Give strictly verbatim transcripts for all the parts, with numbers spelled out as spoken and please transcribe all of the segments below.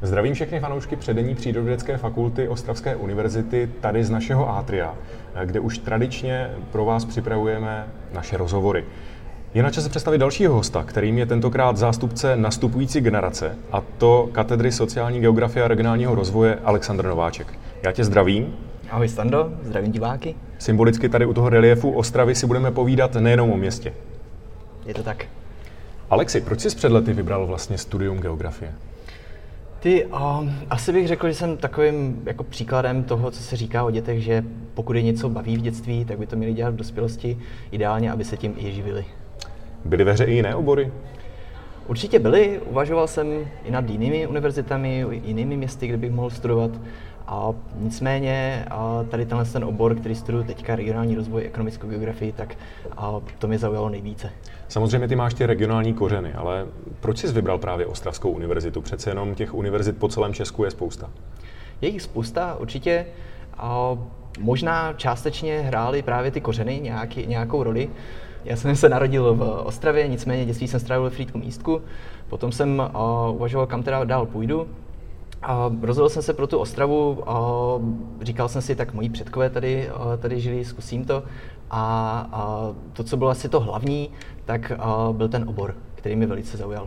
Zdravím všechny fanoušky předení Přírodovědecké fakulty Ostravské univerzity tady z našeho átria, kde už tradičně pro vás připravujeme naše rozhovory. Je na čase představit dalšího hosta, kterým je tentokrát zástupce nastupující generace, a to katedry sociální geografie a regionálního rozvoje Alexandr Nováček. Já tě zdravím. Ahoj Stando, zdravím diváky. Symbolicky tady u toho reliefu Ostravy si budeme povídat nejenom o městě. Je to tak. Alexi, proč jsi před lety vybral vlastně studium geografie? Ty, um, asi bych řekl, že jsem takovým jako příkladem toho, co se říká o dětech, že pokud je něco baví v dětství, tak by to měli dělat v dospělosti, ideálně, aby se tím i živili. Byly ve hře i jiné obory? Určitě byly, uvažoval jsem i nad jinými univerzitami, jinými městy, kde bych mohl studovat. A nicméně a tady tenhle ten obor, který studuju teďka, regionální rozvoj, ekonomickou geografii, tak a to mě zaujalo nejvíce. Samozřejmě ty máš ty regionální kořeny, ale proč jsi vybral právě Ostravskou univerzitu? Přece jenom těch univerzit po celém Česku je spousta. Je jich spousta, určitě. A možná částečně hrály právě ty kořeny nějaký, nějakou roli. Já jsem se narodil v Ostravě, nicméně dětství jsem strávil ve Frýdku Místku. Potom jsem a, uvažoval, kam teda dál půjdu. A rozhodl jsem se pro tu Ostravu, a říkal jsem si, tak moji předkové tady, tady žili, zkusím to. A, a to, co bylo asi to hlavní, tak byl ten obor, který mi velice zaujal.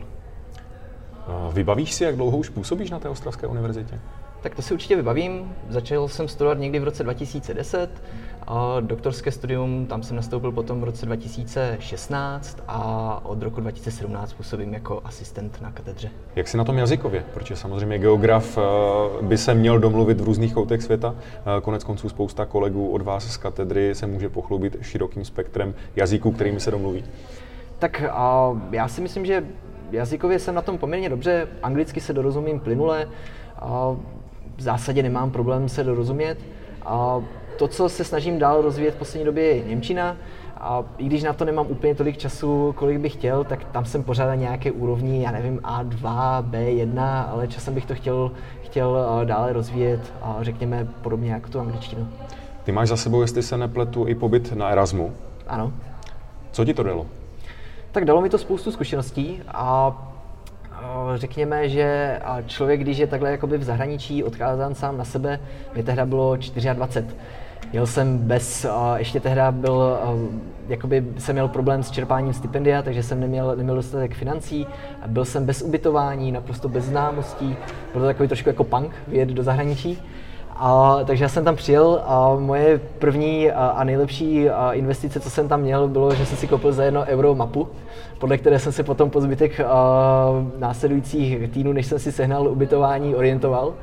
Vybavíš si, jak dlouho už působíš na té Ostravské univerzitě? Tak to si určitě vybavím. Začal jsem studovat někdy v roce dva tisíce deset, a doktorské studium, tam jsem nastoupil potom v roce dva tisíce šestnáct a od roku dva tisíce sedmnáct působím jako asistent na katedře. Jak jsi na tom jazykově? Protože samozřejmě geograf by se měl domluvit v různých koutech světa. Konec konců spousta kolegů od vás z katedry se může pochlubit širokým spektrem jazyků, kterými se domluví. Tak a já si myslím, že jazykově jsem na tom poměrně dobře, anglicky se dorozumím plynule, a v zásadě nemám problém se dorozumět. A to, co se snažím dál rozvíjet v poslední době, je němčina. A i když na to nemám úplně tolik času, kolik bych chtěl, tak tam jsem pořád na nějaké úrovni, já nevím, á dva, bé jedna, ale časem bych to chtěl, chtěl dále rozvíjet, a řekněme podobně jako tu angličtinu. Ty máš za sebou, jestli se nepletu, i pobyt na Erasmu. Ano. Co ti to dalo? Tak dalo mi to spoustu zkušeností a řekněme, že člověk, když je takhle jakoby v zahraničí odkázán sám na sebe, mě tehda bylo dvacet čtyři. Jel jsem bez, ještě tehda byl, jakoby jsem měl problém s čerpáním stipendia, takže jsem neměl, neměl dostatek financí. Byl jsem bez ubytování, naprosto bez známostí, byl to takový trošku jako punk, vyjet do zahraničí. A, takže já jsem tam přijel a moje první a, a nejlepší a, investice, co jsem tam měl, bylo, že jsem si koupil za jedno euro mapu, podle které jsem se potom po zbytek a, následujících týdnů, než jsem si sehnal ubytování, orientoval.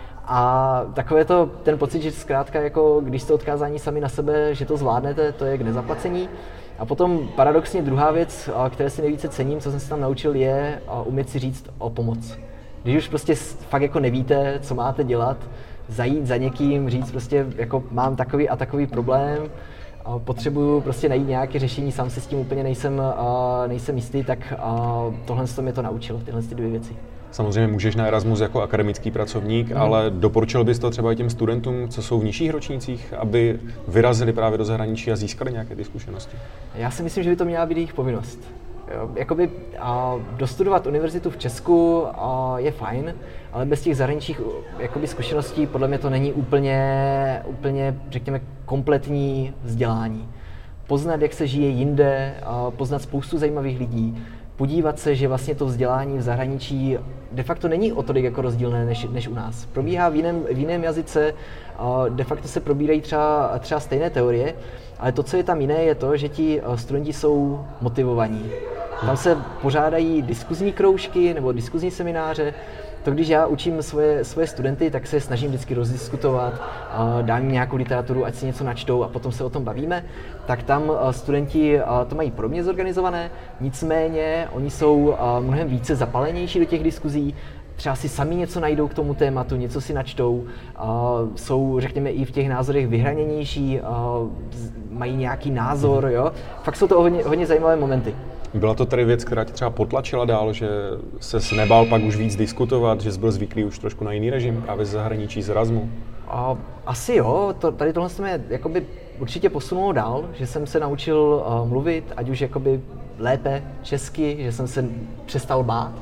A takové to, ten pocit, že zkrátka, jako, když jste odkázáni sami na sebe, že to zvládnete, to je k nezaplacení. A potom paradoxně druhá věc, a, které si nejvíce cením, co jsem se tam naučil, je a, umět si říct o pomoc. Když už prostě fakt jako nevíte, co máte dělat, zajít za někým, říct prostě jako mám takový a takový problém, a potřebuju prostě najít nějaké řešení, sám si s tím úplně nejsem, a nejsem jistý, tak a tohle to mě to naučilo, tyhle ty dvě věci. Samozřejmě můžeš na Erasmus jako akademický pracovník, mm. ale doporučil bys to třeba i těm studentům, co jsou v nižších ročnících, aby vyrazili právě do zahraničí a získali nějaké ty zkušenosti? Já si myslím, že by to měla být jejich povinnost. Jakoby a, dostudovat univerzitu v Česku a, je fajn, ale bez těch zahraničních jakoby, zkušeností podle mě to není úplně, úplně, řekněme, kompletní vzdělání. Poznat, jak se žije jinde, a poznat spoustu zajímavých lidí, podívat se, že vlastně to vzdělání v zahraničí de facto není o tolik jako rozdílné než, než u nás. Probíhá v jiném, v jiném jazyce, a de facto se probírají třeba, třeba stejné teorie, ale to, co je tam jiné, je to, že ti studenti jsou motivovaní. Tam se pořádají diskuzní kroužky nebo diskuzní semináře. To, když já učím svoje, svoje studenty, tak se snažím vždycky rozdiskutovat, dám jim nějakou literaturu, ať si něco načtou a potom se o tom bavíme. Tak tam studenti to mají podobně zorganizované, nicméně oni jsou mnohem více zapalenější do těch diskuzí. Třeba si sami něco najdou k tomu tématu, něco si načtou, jsou, řekněme, i v těch názorech vyhraněnější, mají nějaký názor, jo. Fakt jsou to hodně, hodně zajímavé momenty. Byla to tady věc, která tě třeba potlačila dál, že ses nebál pak už víc diskutovat, že jsi byl zvyklý už trošku na jiný režim, právě z zahraničí, z Erasmu? A, asi jo, to, tady tohle se mě jakoby určitě posunulo dál, že jsem se naučil uh, mluvit, ať už jakoby lépe česky, že jsem se přestal bát.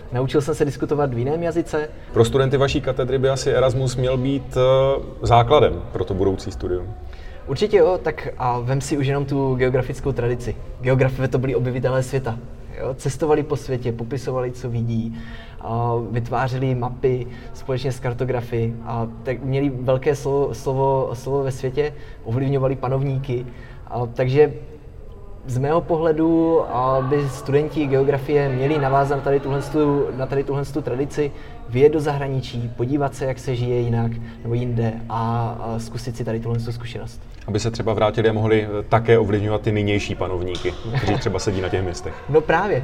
Naučil jsem se diskutovat v jiném jazyce. Pro studenty vaší katedry by asi Erasmus měl být základem pro to budoucí studium. Určitě jo, tak a vem si už jenom tu geografickou tradici. Geografové to byli objevitelé světa. Jo? Cestovali po světě, popisovali, co vidí, a vytvářeli mapy společně s kartografy, a tak měli velké slovo, slovo, slovo ve světě, ovlivňovali panovníky. A takže z mého pohledu by studenti geografie měli navázat na tady tuhle, na tady tuhle tradici, vyjet do zahraničí, podívat se, jak se žije jinak nebo jinde a zkusit si tady tuhle zkušenost. Aby se třeba vrátili a mohli také ovlivňovat ty nynější panovníky, kteří třeba sedí na těch městech. No právě.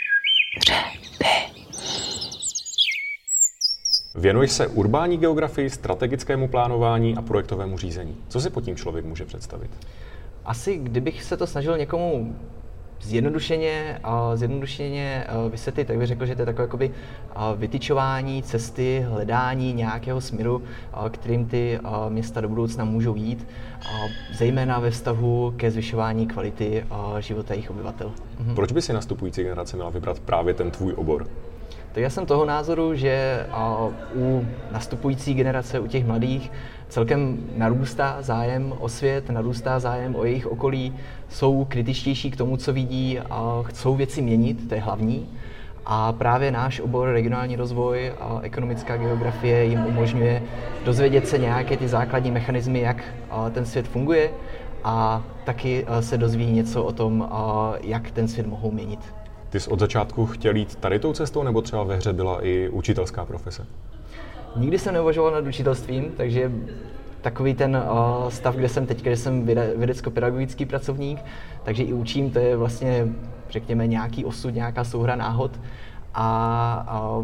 Věnuješ se urbání geografii, strategickému plánování a projektovému řízení. Co si pod tím člověk může představit? Asi kdybych se to snažil někomu zjednodušeně, uh, zjednodušeně uh, vysvětlit, tak bych řekl, že to je takové jakoby, uh, vytyčování cesty, hledání nějakého směru, uh, kterým ty uh, města do budoucna můžou jít, uh, zejména ve vztahu ke zvyšování kvality uh, života jejich obyvatel. Mhm. Proč by si nastupující generace měla vybrat právě ten tvůj obor? Tak já jsem toho názoru, že uh, u nastupující generace, u těch mladých, celkem narůstá zájem o svět, narůstá zájem o jejich okolí, jsou kritičtější k tomu, co vidí a chcou věci měnit, to je hlavní. A právě náš obor regionální rozvoj a ekonomická geografie jim umožňuje dozvědět se nějaké ty základní mechanismy, jak ten svět funguje, a taky se dozví něco o tom, jak ten svět mohou měnit. Ty jsi od začátku chtěl jít tady tou cestou, nebo třeba ve hře byla i učitelská profese? Nikdy jsem neuvažoval nad učitelstvím, takže takový ten uh, stav, kde jsem teď, kde jsem vědecko-pedagogický pracovník, takže i učím, to je vlastně, řekněme, nějaký osud, nějaká souhra náhod. A uh,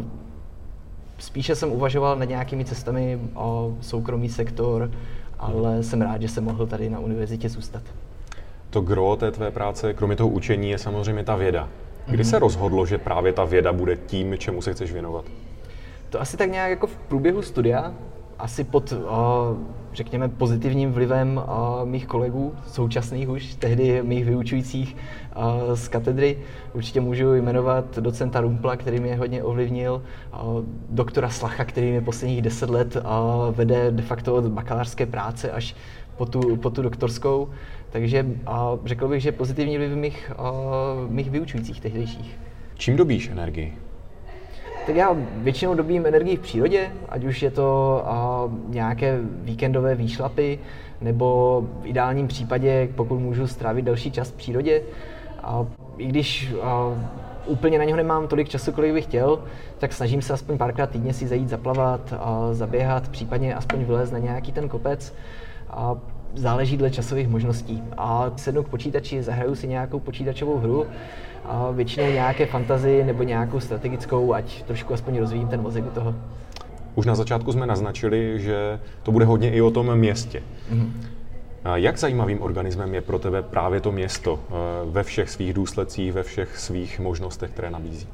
spíše jsem uvažoval nad nějakými cestami o soukromý sektor, ale jsem rád, že jsem mohl tady na univerzitě zůstat. To gro té tvé práce, kromě toho učení, je samozřejmě ta věda. Kdy se rozhodlo, že právě ta věda bude tím, čemu se chceš věnovat? To asi tak nějak jako v průběhu studia, asi pod, řekněme, pozitivním vlivem mých kolegů, současných už, tehdy mých vyučujících z katedry. Určitě můžu jmenovat docenta Rumpla, který mě hodně ovlivnil, doktora Slacha, který mě posledních deset let vede de facto od bakalářské práce až po tu, po tu doktorskou. Takže řekl bych, že pozitivní vliv mých, mých vyučujících tehdejších. Čím dobíš energii? Tak já většinou dobím energii v přírodě, ať už je to uh, nějaké víkendové výšlapy, nebo v ideálním případě, pokud můžu strávit další čas v přírodě. Uh, I když uh, úplně na něho nemám tolik času, kolik bych chtěl, tak snažím se aspoň párkrát týdně si zajít zaplavat, uh, zaběhat, případně aspoň vylézt na nějaký ten kopec. Uh, záleží dle časových možností. A sednu k počítači, zahraju si nějakou počítačovou hru, a většinou nějaké fantazii nebo nějakou strategickou, ať trošku aspoň rozvíjím ten mozek u toho. Už na začátku jsme naznačili, že to bude hodně i o tom městě. Mm-hmm. Jak zajímavým organismem je pro tebe právě to město ve všech svých důsledcích, ve všech svých možnostech, které nabízí?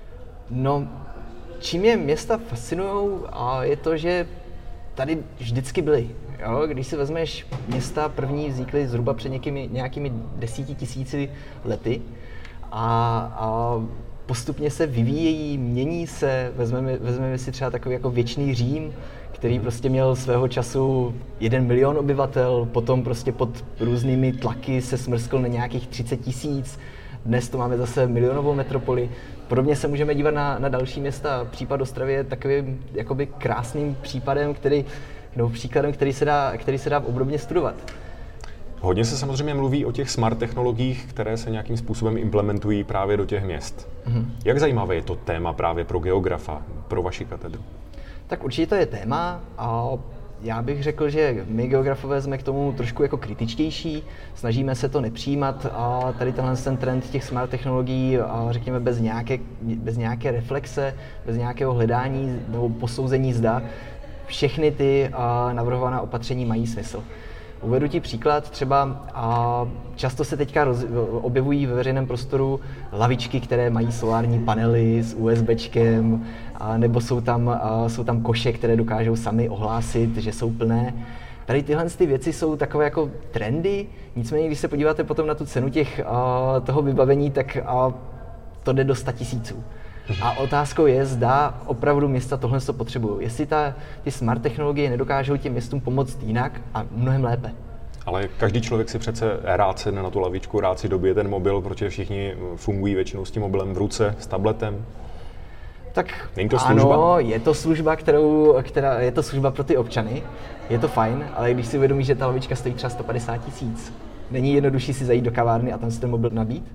No, čím mě města fascinují, je to, že tady vždycky byly. Jo? Když si vezmeš, města první vznikly zhruba před nějakými, nějakými desíti tisíci lety, A, a postupně se vyvíjejí, mění se, vezmeme, vezmeme si třeba takový jako věčný Řím, který prostě měl svého času jeden milion obyvatel, potom prostě pod různými tlaky se smrskl na nějakých třicet tisíc, dnes to máme zase milionovou metropoli. Podobně se můžeme dívat na, na další města. Případ Ostravy je takovým jakoby krásným případem, který, no, příkladem, který se dá, který se dá obdobně studovat. Hodně se samozřejmě mluví o těch smart technologiích, které se nějakým způsobem implementují právě do těch měst. Mm-hmm. Jak zajímavé je to téma právě pro geografa, pro vaši katedru? Tak určitě to je téma a já bych řekl, že my geografové jsme k tomu trošku jako kritičtější, snažíme se to nepřijímat a tady tenhle ten trend těch smart technologií, a řekněme bez nějaké, bez nějaké reflexe, bez nějakého hledání nebo posouzení zda, všechny ty navrhovaná opatření mají smysl. Uvedu ti příklad, třeba a často se teďka roz, objevují ve veřejném prostoru lavičky, které mají solární panely s USBčkem, a nebo jsou tam, a jsou tam koše, které dokážou sami ohlásit, že jsou plné. Tady tyhle ty věci jsou takové jako trendy, nicméně když se podíváte potom na tu cenu těch, a, toho vybavení, tak a, to jde do sta tisíců. A otázkou je, zda opravdu města tohle to potřebují. Jestli ta, ty smart technologie nedokážou těm městům pomoct jinak a mnohem lépe. Ale každý člověk si přece rád sedne na tu lavičku, rád si dobije ten mobil, protože všichni fungují většinou s tím mobilem v ruce, s tabletem. Tak není to služba? Ano, je to služba, kterou, která, je to služba pro ty občany, je to fajn, ale když si uvědomíš, že ta lavička stojí třeba sto padesát tisíc, není jednodušší si zajít do kavárny a tam si ten mobil nabít?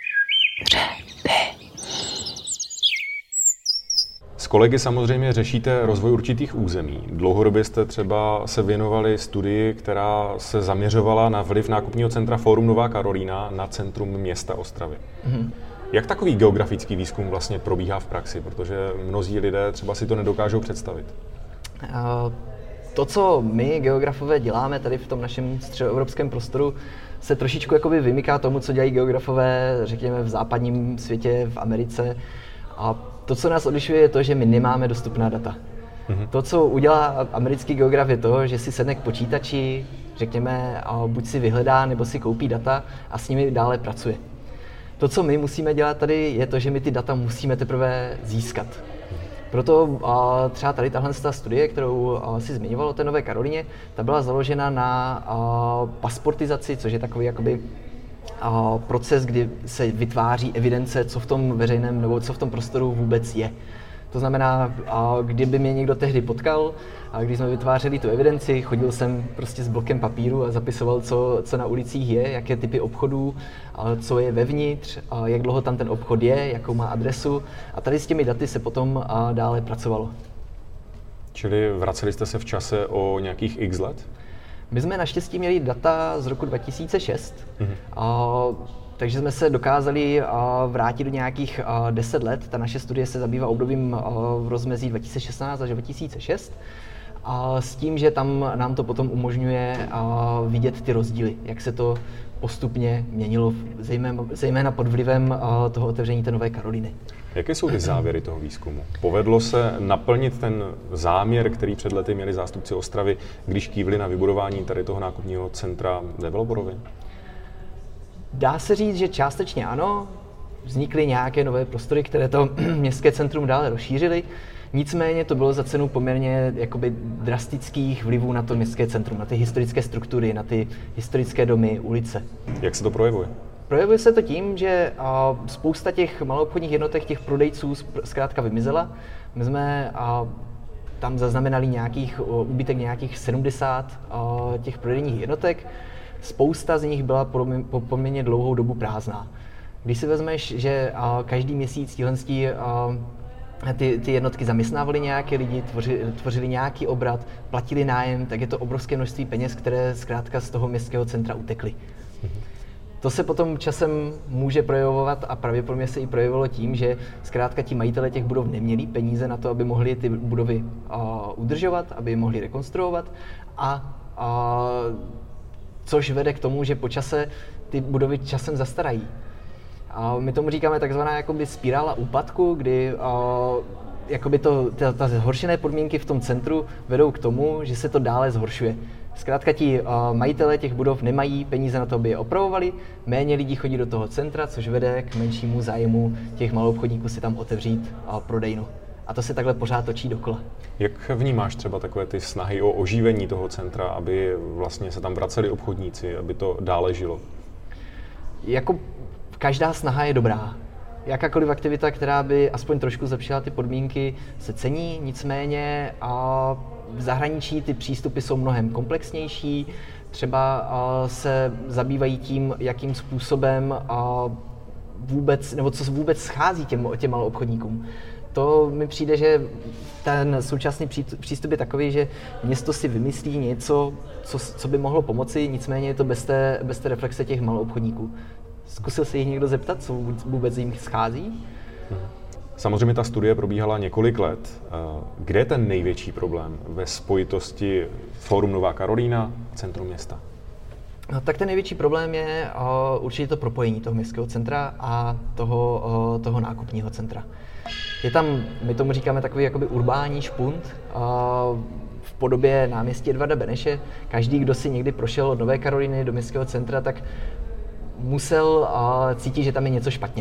S kolegy samozřejmě řešíte rozvoj určitých území. Dlouhodobě jste třeba se věnovali studii, která se zaměřovala na vliv nákupního centra Fórum Nová Karolína na centrum města Ostravy. Mm-hmm. Jak takový geografický výzkum vlastně probíhá v praxi? Protože mnozí lidé třeba si to nedokážou představit. Uh, to, co my geografové děláme tady v tom našem středoevropském prostoru, se trošičku jakoby vymyká tomu, co dělají geografové, řekněme, v západním světě, v Americe. A to, co nás odlišuje, je to, že my nemáme dostupná data. Mm-hmm. To, co udělá americký geograf, je to, že si sedne k počítači, řekněme, a buď si vyhledá, nebo si koupí data a s nimi dále pracuje. To, co my musíme dělat tady, je to, že my ty data musíme teprve získat. Proto a, třeba tady tahle studie, kterou a, si zmiňoval o té Nové Karolíně, ta byla založena na a, pasportizaci, což je takový jakoby a, proces, kdy se vytváří evidence, co v tom veřejném nebo co v tom prostoru vůbec je. To znamená, a, kdyby mě někdo tehdy potkal, a když jsme vytvářeli tu evidenci, chodil jsem prostě s blokem papíru a zapisoval, co, co na ulicích je, jaké typy obchodů, a co je vevnitř, a jak dlouho tam ten obchod je, jakou má adresu. A tady s těmi daty se potom a, dále pracovalo. Čili vraceli jste se v čase o nějakých x let? My jsme naštěstí měli data z roku dva tisíce šest, mm-hmm. a, takže jsme se dokázali a, vrátit do nějakých a, deset let. Ta naše studie se zabývá obdobím a, v rozmezí dva tisíce šestnáct až dva tisíce šest. A s tím, že tam nám to potom umožňuje a, vidět ty rozdíly, jak se to postupně měnilo, zejména, zejména pod vlivem a, toho otevření té Nové Karolíny. Jaké jsou ty závěry toho výzkumu? Povedlo se naplnit ten záměr, který před lety měli zástupci Ostravy, když kývli na vybudování tady toho nákupního centra developerovi? Dá se říct, že částečně ano. Vznikly nějaké nové prostory, které to městské centrum dále rozšířily. Nicméně to bylo za cenu poměrně jakoby drastických vlivů na to městské centrum, na ty historické struktury, na ty historické domy, ulice. Jak se to projevuje? Projevuje se to tím, že a, spousta těch maloobchodních jednotek, těch prodejců zkrátka vymizela. My jsme a, tam zaznamenali nějakých, úbytek nějakých sedmdesát a, těch prodejních jednotek. Spousta z nich byla po, po poměrně dlouhou dobu prázdná. Když si vezmeš, že a, každý měsíc tíhlenstí a, Ty, ty jednotky zaměstnávaly nějaké lidi, tvořili, tvořili nějaký obrat, platili nájem, tak je to obrovské množství peněz, které zkrátka z toho městského centra utekly. To se potom časem může projevovat a pravděpodobně se i projevilo tím, že zkrátka ti majitelé těch budov neměli peníze na to, aby mohli ty budovy a, udržovat, aby je mohli rekonstruovat, a, a což vede k tomu, že po čase ty budovy časem zastarají. A my tomu říkáme takzvaná jakoby spirála úpadku, kdy uh, jakoby to, ta, ta zhoršené podmínky v tom centru vedou k tomu, že se to dále zhoršuje. Zkrátka ti uh, majitelé těch budov nemají peníze na to, aby je opravovali, méně lidí chodí do toho centra, což vede k menšímu zájmu těch maloobchodníků si tam otevřít uh, prodejnu. A to se takhle pořád točí dokola. Jak vnímáš třeba takové ty snahy o oživení toho centra, aby vlastně se tam vraceli obchodníci, aby to dále žilo? Jako každá snaha je dobrá. Jakákoliv aktivita, která by aspoň trošku zlepšila ty podmínky, se cení, nicméně a v zahraničí ty přístupy jsou mnohem komplexnější, třeba se zabývají tím, jakým způsobem vůbec, nebo co vůbec schází těm, těm maloobchodníkům. To mi přijde, že ten současný přístup je takový, že město si vymyslí něco, co, co by mohlo pomoci, nicméně je to bez té, bez té reflexe těch maloobchodníků. Zkusil se jich někdo zeptat, co vůbec jim schází? Samozřejmě ta studie probíhala několik let. Kde je ten největší problém ve spojitosti Fórum Nová Karolína a centrum města? No, tak ten největší problém je uh, určitě to propojení toho městského centra a toho, uh, toho nákupního centra. Je tam, my tomu říkáme takový jakoby urbání špunt uh, v podobě náměstí Edvarda Beneše. Každý, kdo si někdy prošel od Nové Karolíny do městského centra, tak musel uh, cítit, že tam je něco špatně.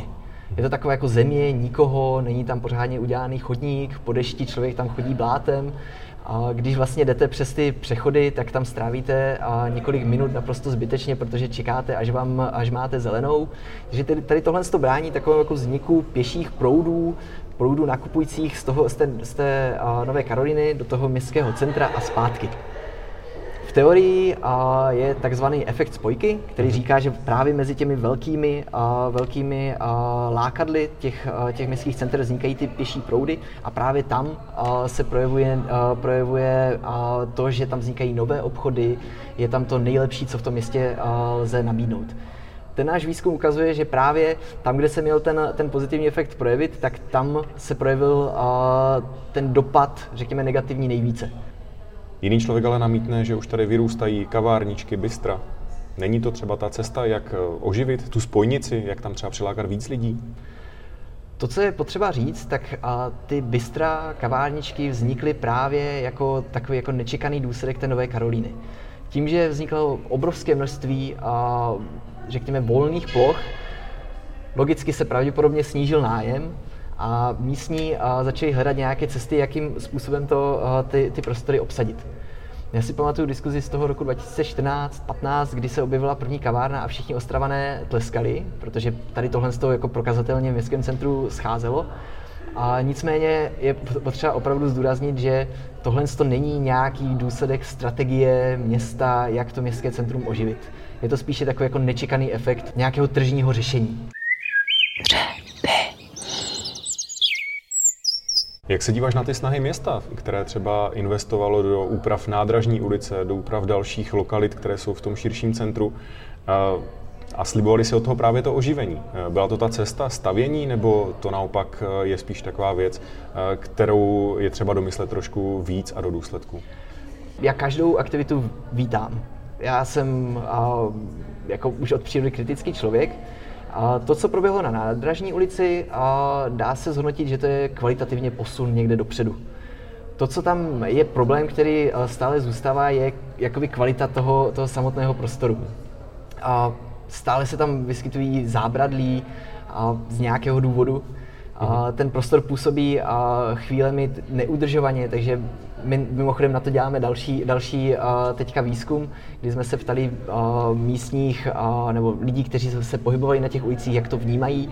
Je to takové jako země, nikoho, není tam pořádně udělaný chodník, po dešti člověk tam chodí blátem. A když vlastně jdete přes ty přechody, tak tam strávíte několik minut naprosto zbytečně, protože čekáte, až, vám, až máte zelenou. Takže tady, tady tohle to brání takovému jako vzniku pěších proudů, proudů nakupujících z, toho, z té, z té Nové Karoliny do toho městského centra a zpátky. V teorii a, je takzvaný efekt spojky, který říká, že právě mezi těmi velkými, a, velkými a, lákadly těch, a, těch městských center vznikají ty pěší proudy a právě tam a, se projevuje, a, projevuje a, to, že tam vznikají nové obchody, je tam to nejlepší, co v tom městě a, lze nabídnout. Ten náš výzkum ukazuje, že právě tam, kde se měl ten, ten pozitivní efekt projevit, tak tam se projevil a, ten dopad, řekněme, negativní nejvíce. Jiný člověk ale namítne, že už tady vyrůstají kavárničky, bystra. Není to třeba ta cesta, jak oživit tu spojnici, jak tam třeba přilákat víc lidí? To, co je potřeba říct, tak a, ty bystra, kavárničky vznikly právě jako takový jako nečekaný důsledek té Nové Karolíny. Tím, že vzniklo obrovské množství, a, řekněme, volných ploch, logicky se pravděpodobně snížil nájem, a místní a, začali hledat nějaké cesty, jakým způsobem to, a, ty, ty prostory obsadit. Já si pamatuju diskuzi z toho roku dva tisíce čtrnáct patnáct, kdy se objevila první kavárna a všichni Ostravané tleskali, protože tady tohle z toho jako prokazatelně v městském centru scházelo. A nicméně je potřeba opravdu zdůraznit, že tohle to není nějaký důsledek strategie města, jak to městské centrum oživit. Je to spíše takový jako nečekaný efekt nějakého tržního řešení. Jak se díváš na ty snahy města, které třeba investovalo do úprav Nádražní ulice, do úprav dalších lokalit, které jsou v tom širším centru a slibovali si od toho právě to oživení? Byla to ta cesta stavění, nebo to naopak je spíš taková věc, kterou je třeba domyslet trošku víc a do důsledku? Já každou aktivitu vítám. Já jsem jako už od přírody kritický člověk. A to, co proběhlo na Nádražní ulici, a dá se zhodnotit, že to je kvalitativně posun někde dopředu. To, co tam je problém, který stále zůstává, je jakoby kvalita toho, toho samotného prostoru. A stále se tam vyskytují zábradlí a z nějakého důvodu. A ten prostor působí a chvílemi neudržovaně, takže my mimochodem na to děláme další, další a teďka výzkum, kdy jsme se ptali a, místních a, nebo lidí, kteří se pohybovali na těch ulicích, jak to vnímají.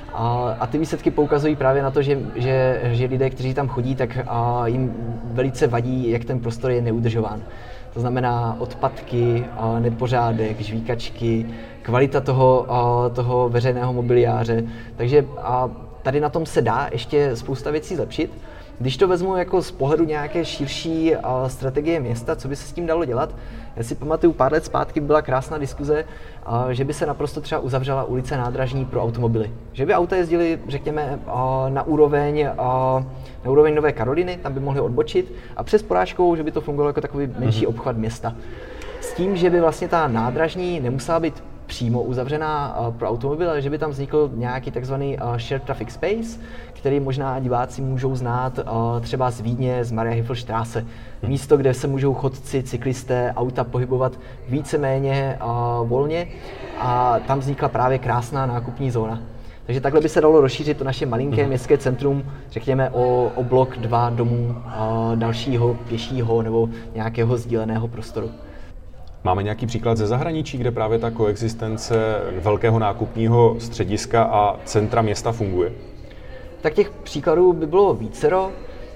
A, a ty výsledky poukazují právě na to, že, že, že lidé, kteří tam chodí, tak a, jim velice vadí, jak ten prostor je neudržován. To znamená odpadky, a, nepořádek, žvíkačky, kvalita toho, a, toho veřejného mobiliáře. Takže a, tady na tom se dá ještě spousta věcí zlepšit. Když to vezmu jako z pohledu nějaké širší uh, strategie města, co by se s tím dalo dělat, já si pamatuju, pár let zpátky byla krásná diskuze, uh, že by se naprosto třeba uzavřela ulice Nádražní pro automobily. Že by auta jezdily, řekněme, uh, na úroveň, uh, na úroveň Nové Karoliny, tam by mohly odbočit a přes Porážkou, že by to fungovalo jako takový menší mm-hmm. obchvat města. S tím, že by vlastně ta Nádražní nemusela být přímo uzavřená uh, pro automobily, ale že by tam vznikl nějaký takzvaný uh, shared traffic space, který možná diváci můžou znát uh, třeba z Vídně, z Mariahilferstraße. Místo, kde se můžou chodci, cyklisté, auta pohybovat víceméně uh, volně a tam vznikla právě krásná nákupní zóna. Takže takhle by se dalo rozšířit to naše malinké městské centrum, řekněme o, o blok dva domů uh, dalšího pěšího nebo nějakého sdíleného prostoru. Máme nějaký příklad ze zahraničí, kde právě ta koexistence velkého nákupního střediska a centra města funguje? Tak těch příkladů by bylo vícero.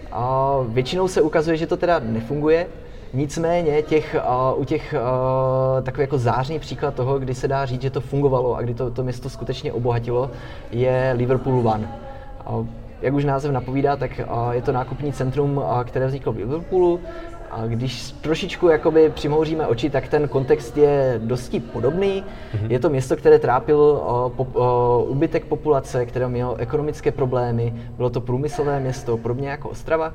A většinou se ukazuje, že to teda nefunguje. Nicméně těch, uh, u těch uh, takový jako zářný příklad toho, kdy se dá říct, že to fungovalo a kdy to, to město skutečně obohatilo, je Liverpool One. Uh, jak už název napovídá, tak uh, je to nákupní centrum, uh, které vzniklo v Liverpoolu. A když trošičku jakoby přimhouříme oči, tak ten kontext je dosti podobný. Mm-hmm. Je to město, které trápil uh, pop, uh, úbytek populace, které mělo ekonomické problémy. Bylo to průmyslové město, podobně jako Ostrava.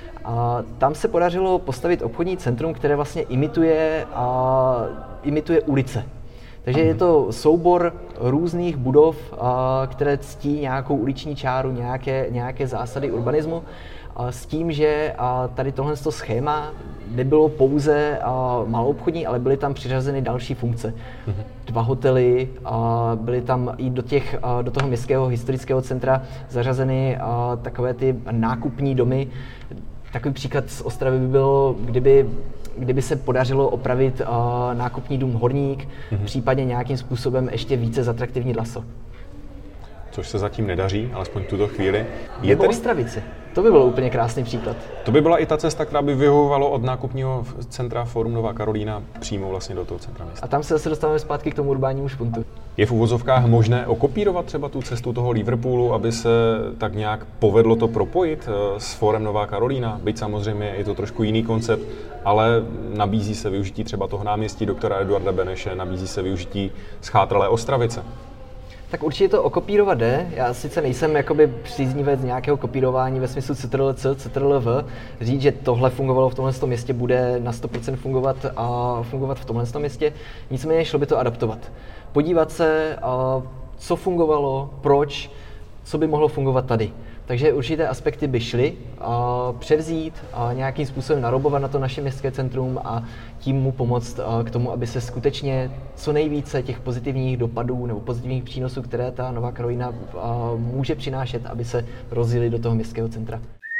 A tam se podařilo postavit obchodní centrum, které vlastně imituje, uh, imituje ulice. Takže je to soubor různých budov, které ctí nějakou uliční čáru, nějaké, nějaké zásady urbanismu, s tím, že tady tohle schéma nebylo pouze maloobchodní, ale byly tam přiřazeny další funkce. Dva hotely, byly tam i do, těch, do toho městského historického centra zařazeny takové ty nákupní domy. Takový příklad z Ostravy by bylo, kdyby kdyby se podařilo opravit uh, nákupní dům Horník, mm-hmm. případně nějakým způsobem ještě více zatraktivnit Laso. Což se zatím nedaří, alespoň v tuto chvíli. Je tedy Ostravice. To by bylo úplně krásný příklad. To by byla i ta cesta, která by vyhovovalo od nákupního centra Forum Nová Karolína přímo vlastně do toho centra města. A tam se zase dostáváme zpátky k tomu urbánnímu špuntu. Je v uvozovkách možné okopírovat třeba tu cestu toho Liverpoolu, aby se tak nějak povedlo to propojit s Forem Nová Karolína? Byť samozřejmě je to trošku jiný koncept, ale nabízí se využití třeba toho náměstí doktora Eduarda Beneše, nabízí se využití schátralé Ostravice. Tak určitě to okopírovat jde. Já sice nejsem jakoby příznivec nějakého kopírování ve smyslu C T R L C, C T R L V. Říct, že tohle fungovalo v tomhle městě, bude na sto procent fungovat a fungovat v tomhle městě. Nicméně šlo by to adaptovat. Podívat se, co fungovalo, proč, co by mohlo fungovat tady. Takže určité aspekty by šly a převzít a nějakým způsobem narobovat na to naše městské centrum a tím mu pomoct k tomu, aby se skutečně co nejvíce těch pozitivních dopadů nebo pozitivních přínosů, které ta Nová Karolína může přinášet, aby se rozjeli do toho městského centra.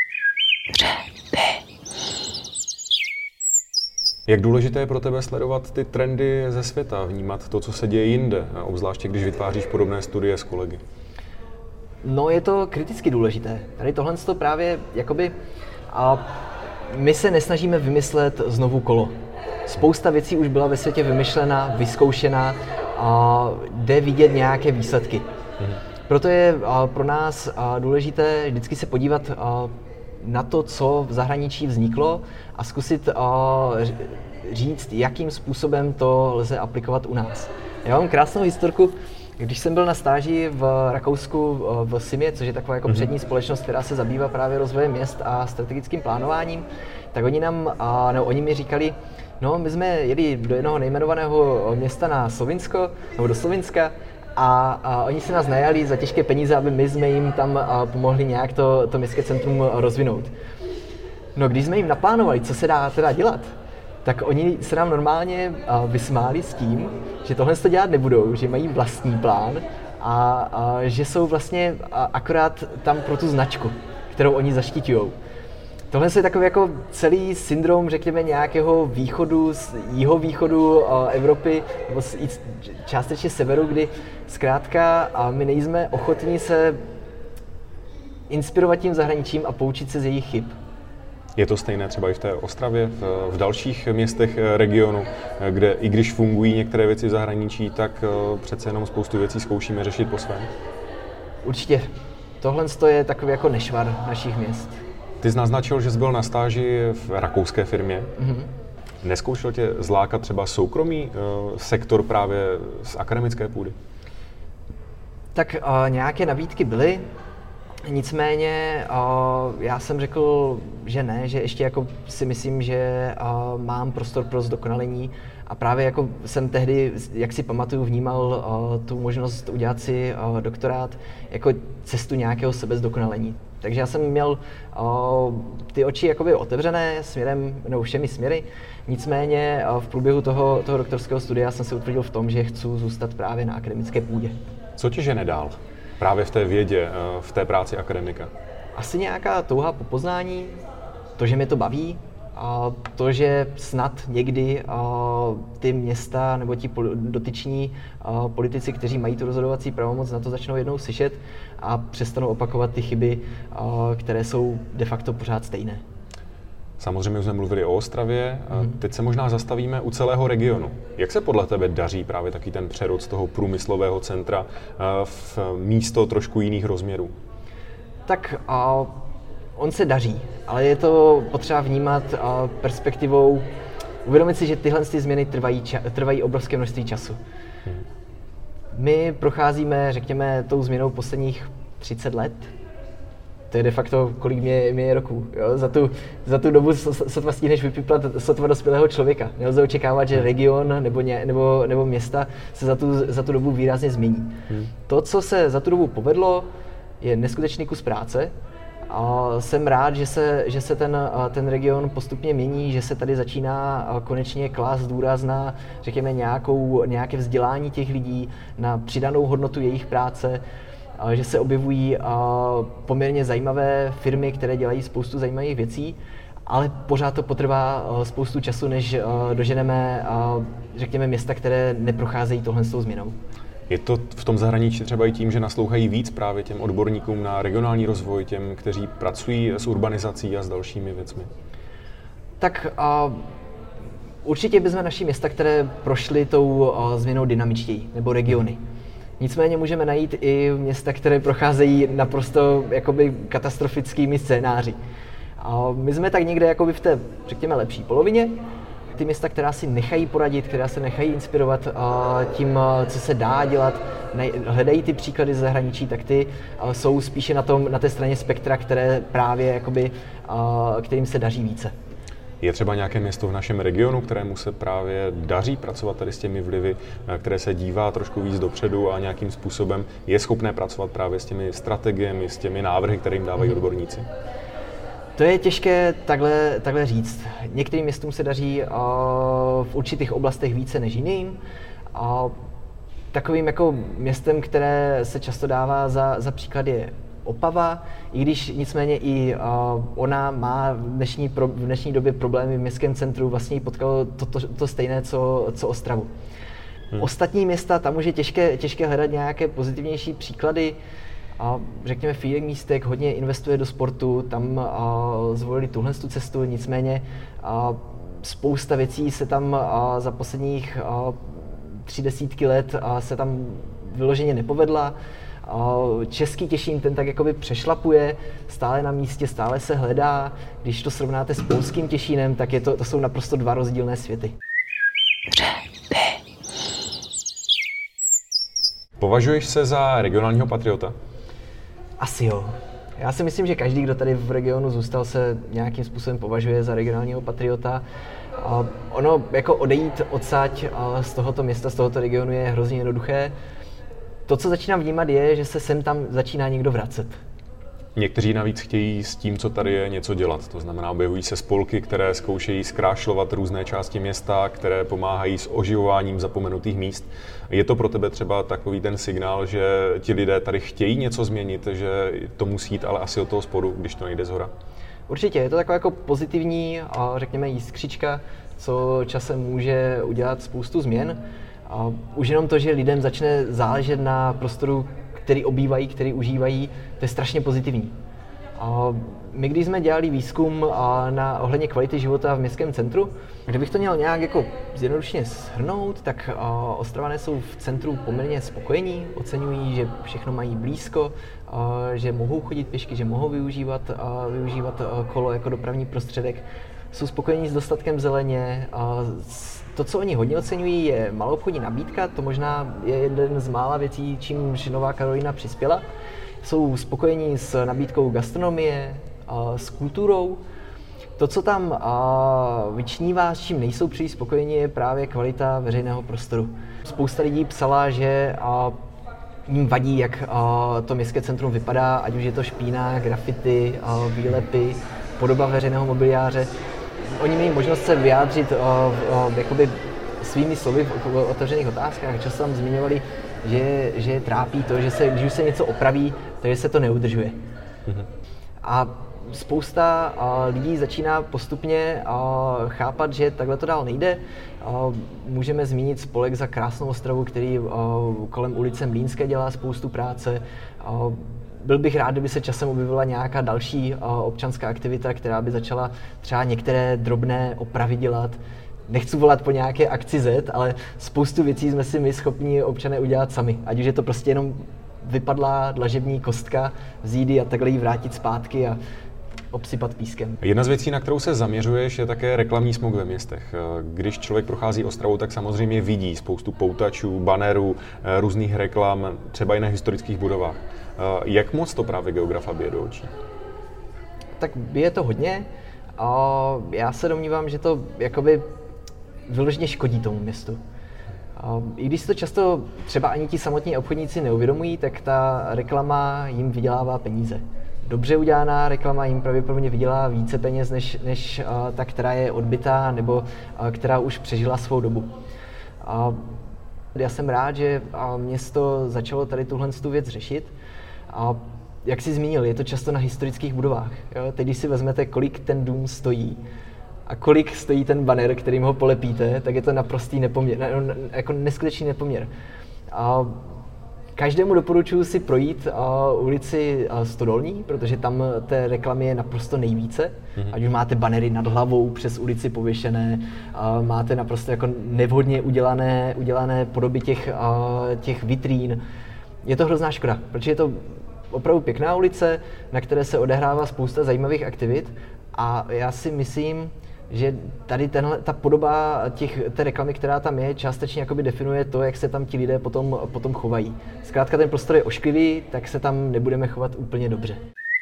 Jak důležité je pro tebe sledovat ty trendy ze světa, vnímat to, co se děje jinde, obzvláště když vytváříš podobné studie s kolegy? No, je to kriticky důležité. Tady tohle to právě jakoby a my se nesnažíme vymyslet znovu kolo. Spousta věcí už byla ve světě vymyšlena, vyzkoušena a jde vidět nějaké výsledky. Mhm. Proto je pro nás důležité vždycky se podívat na to, co v zahraničí vzniklo a zkusit říct, jakým způsobem to lze aplikovat u nás. Já mám krásnou historku. Když jsem byl na stáži v Rakousku v Simě, což je taková jako přední společnost, která se zabývá právě rozvojem měst a strategickým plánováním, tak oni nám, no, oni mi říkali, no, my jsme jeli do jednoho nejmenovaného města na Slovinsko, nebo do Slovinska, a, a oni si nás najali za těžké peníze, aby my jsme jim tam pomohli nějak to, to městské centrum rozvinout. No, když jsme jim naplánovali, co se dá teda dělat, tak oni se nám normálně vysmáli s tím, že tohle to dělat nebudou, že mají vlastní plán a, a že jsou vlastně akorát tam pro tu značku, kterou oni zaštiťujou. Tohle je takový jako celý syndrom, řekněme, nějakého východu, jihovýchodu Evropy, nebo částečně severu, kdy zkrátka my nejsme ochotní se inspirovat tím zahraničím a poučit se z jejich chyb. Je to stejné třeba i v té Ostravě, v, v dalších městech regionu, kde i když fungují některé věci v zahraničí, tak přece jenom spoustu věcí zkoušíme řešit po svém? Určitě. Tohle je takový jako nešvar našich měst. Ty jsi naznačil, že jsi byl na stáži v rakouské firmě. Mm-hmm. Nezkoušel tě zlákat třeba soukromý uh, sektor právě z akademické půdy? Tak uh, nějaké nabídky byly. Nicméně uh, já jsem řekl, že ne, že ještě jako si myslím, že uh, mám prostor pro zdokonalení a právě jako jsem tehdy, jak si pamatuju, vnímal uh, tu možnost udělat si uh, doktorát jako cestu nějakého sebezdokonalení. Takže já jsem měl uh, ty oči jakoby otevřené směrem, nebo všemi směry, nicméně uh, v průběhu toho, toho doktorského studia jsem se utvrdil v tom, že chci zůstat právě na akademické půdě. Co tě žene dál? Právě v té vědě, v té práci akademika? Asi nějaká touha po poznání, to, že mě to baví, a to, že snad někdy ty města nebo ti dotyční politici, kteří mají tu rozhodovací pravomoc, na to začnou jednou slyšet a přestanou opakovat ty chyby, které jsou de facto pořád stejné. Samozřejmě už jsme mluvili o Ostravě, mm. teď se možná zastavíme u celého regionu. Jak se podle tebe daří právě taky ten přerod z toho průmyslového centra v místo trošku jiných rozměrů? Tak uh, on se daří, ale je to potřeba vnímat uh, perspektivou, uvědomit si, že tyhle ty změny trvají, ča- trvají obrovské množství času. Mm. My procházíme, řekněme, tou změnou posledních třicet let. to je de facto, kolik mě, mě je roku. Jo? Za, tu, za tu dobu sotva stihneš vypiplat sotva dospělého člověka. Nelze očekávat, že region nebo, ně, nebo, nebo města se za tu, za tu dobu výrazně změní. Hmm. To, co se za tu dobu povedlo, je neskutečný kus práce. A jsem rád, že se, že se ten, ten region postupně mění, že se tady začíná konečně klást důraz na, řekněme, nějakou, nějaké vzdělání těch lidí, na přidanou hodnotu jejich práce, že se objevují poměrně zajímavé firmy, které dělají spoustu zajímavých věcí, ale pořád to potrvá spoustu času, než doženeme, řekněme, města, které neprocházejí tohle s tou změnou. Je to v tom zahraničí třeba i tím, že naslouchají víc právě těm odborníkům na regionální rozvoj, těm, kteří pracují s urbanizací a s dalšími věcmi? Tak uh, určitě bychom naši města, které prošly tou uh, změnou dynamičtěji, nebo regiony. Nicméně můžeme najít i města, které procházejí naprosto jakoby katastrofickými scénáři. Uh, my jsme tak někde jakoby v té, řekněme, lepší polovině. Ty města, která si nechají poradit, která se nechají inspirovat uh, tím, uh, co se dá dělat, ne, hledají ty příklady ze zahraničí, tak ty uh, jsou spíše na, tom, na té straně spektra, které právě jakoby, uh, kterým se daří více. Je třeba nějaké město v našem regionu, kterému se právě daří pracovat tady s těmi vlivy, které se dívá trošku víc dopředu a nějakým způsobem je schopné pracovat právě s těmi strategiemi, s těmi návrhy, které jim dávají odborníci? To je těžké takhle, takhle říct. Některým městům se daří uh, v určitých oblastech více než jiným. Uh, takovým jako městem, které se často dává za, za příklad, je Opava, i když nicméně i uh, ona má v dnešní, pro, v dnešní době problémy v městském centru, vlastně jí potkalo to, to, to stejné, co, co Ostravu. Hmm. Ostatní města, tam už je těžké, těžké hledat nějaké pozitivnější příklady. A řekněme, Frýdek Místek hodně investuje do sportu, tam a, zvolili tuhle tu cestu, nicméně a, spousta věcí se tam a, za posledních a, tři desítky let a, se tam vyloženě nepovedla. A, Český Těšín ten tak jakoby přešlapuje, stále na místě, stále se hledá. Když to srovnáte s polským Těšínem, tak je to, to jsou naprosto dva rozdílné světy. Považuješ se za regionálního patriota? Asi jo. Já si myslím, že každý, kdo tady v regionu zůstal, se nějakým způsobem považuje za regionálního patriota. A ono jako odejít odsaď z tohoto města, z tohoto regionu je hrozně jednoduché. To, co začínám vnímat, je, že se sem tam začíná někdo vracet. Někteří navíc chtějí s tím, co tady je, něco dělat. To znamená, objevují se spolky, které zkoušejí zkrášlovat různé části města, které pomáhají s oživováním zapomenutých míst. Je to pro tebe třeba takový ten signál, že ti lidé tady chtějí něco změnit, že to musí jít ale asi od toho spodu, když to nejde zhora? Určitě, je to taková jako pozitivní, řekněme, jiskřička, co časem může udělat spoustu změn. A už jenom to, že lidem začne záležet na prostoru, který obývají, který užívají, to je strašně pozitivní. A my, když jsme dělali výzkum na ohledně kvality života v městském centru, kdybych to měl nějak jako zjednodušeně shrnout, tak Ostravané jsou v centru poměrně spokojení, oceňují, že všechno mají blízko, že mohou chodit pěšky, že mohou využívat, využívat kolo jako dopravní prostředek, jsou spokojení s dostatkem zeleně. To, co oni hodně oceňují, je maloobchodní nabídka, to možná je jeden z mála věcí, čímž Nová Karolína přispěla. Jsou spokojení s nabídkou gastronomie, s kulturou. To, co tam vyčnívá, s čím nejsou příliš spokojeni, je právě kvalita veřejného prostoru. Spousta lidí psala, že jim vadí, jak to městské centrum vypadá, ať už je to špína, grafity, výlepy, podoba veřejného mobiliáře. Oni mají možnost se vyjádřit uh, uh, jakoby svými slovy v otevřených otázkách. Často tam zmiňovali, že, že je trápí to, že se, když už se něco opraví, takže se to neudržuje. Mm-hmm. A spousta uh, lidí začíná postupně uh, chápat, že takhle to dál nejde. Uh, můžeme zmínit spolek Za krásnou Ostravu, který uh, kolem ulice Mlýnské dělá spoustu práce. Uh, Byl bych rád, kdyby se časem objevila nějaká další uh, občanská aktivita, která by začala třeba některé drobné opravy dělat. Nechci volat po nějaké akci Z, ale spoustu věcí jsme si my schopni občané udělat sami. Ať už je to prostě jenom vypadlá dlažební kostka, vzít ji a takhle ji vrátit zpátky a obsypat pískem. Jedna z věcí, na kterou se zaměřuješ, je také reklamní smog ve městech. Když člověk prochází Ostravou, tak samozřejmě vidí spoustu poutačů, bannerů, různých reklam, třeba i na historických budovách. Jak moc to právě geografa bije do očí? tak je to hodně. A já se domnívám, že to jakoby vyloženě škodí tomu městu. A i když si to často třeba ani ti samotní obchodníci neuvědomují, tak ta reklama jim vydělává peníze. Dobře udělaná reklama jim pravděpodobně vydělá více peněz než, než uh, ta, která je odbytá nebo uh, která už přežila svou dobu. A já jsem rád, že uh, město začalo tady tuhle tu věc řešit. A jak jsi zmínil, je to často na historických budovách. Jo? Teď, když si vezmete, kolik ten dům stojí a kolik stojí ten banner, kterým ho polepíte, tak je to naprostý nepoměr, ne, jako neskutečný nepoměr. A každému doporučuji si projít uh, ulici uh, Stodolní, protože tam té reklamy je naprosto nejvíce. Mm-hmm. Ať už máte banery nad hlavou přes ulici pověšené, uh, máte naprosto jako nevhodně udělané, udělané podoby těch, uh, těch vitrín. Je to hrozná škoda, protože je to opravdu pěkná ulice, na které se odehrává spousta zajímavých aktivit a já si myslím, že tady tenhle, ta podoba těch, té reklamy, která tam je, částečně jakoby definuje to, jak se tam ti lidé potom, potom chovají. Zkrátka ten prostor je ošklivý, tak se tam nebudeme chovat úplně dobře.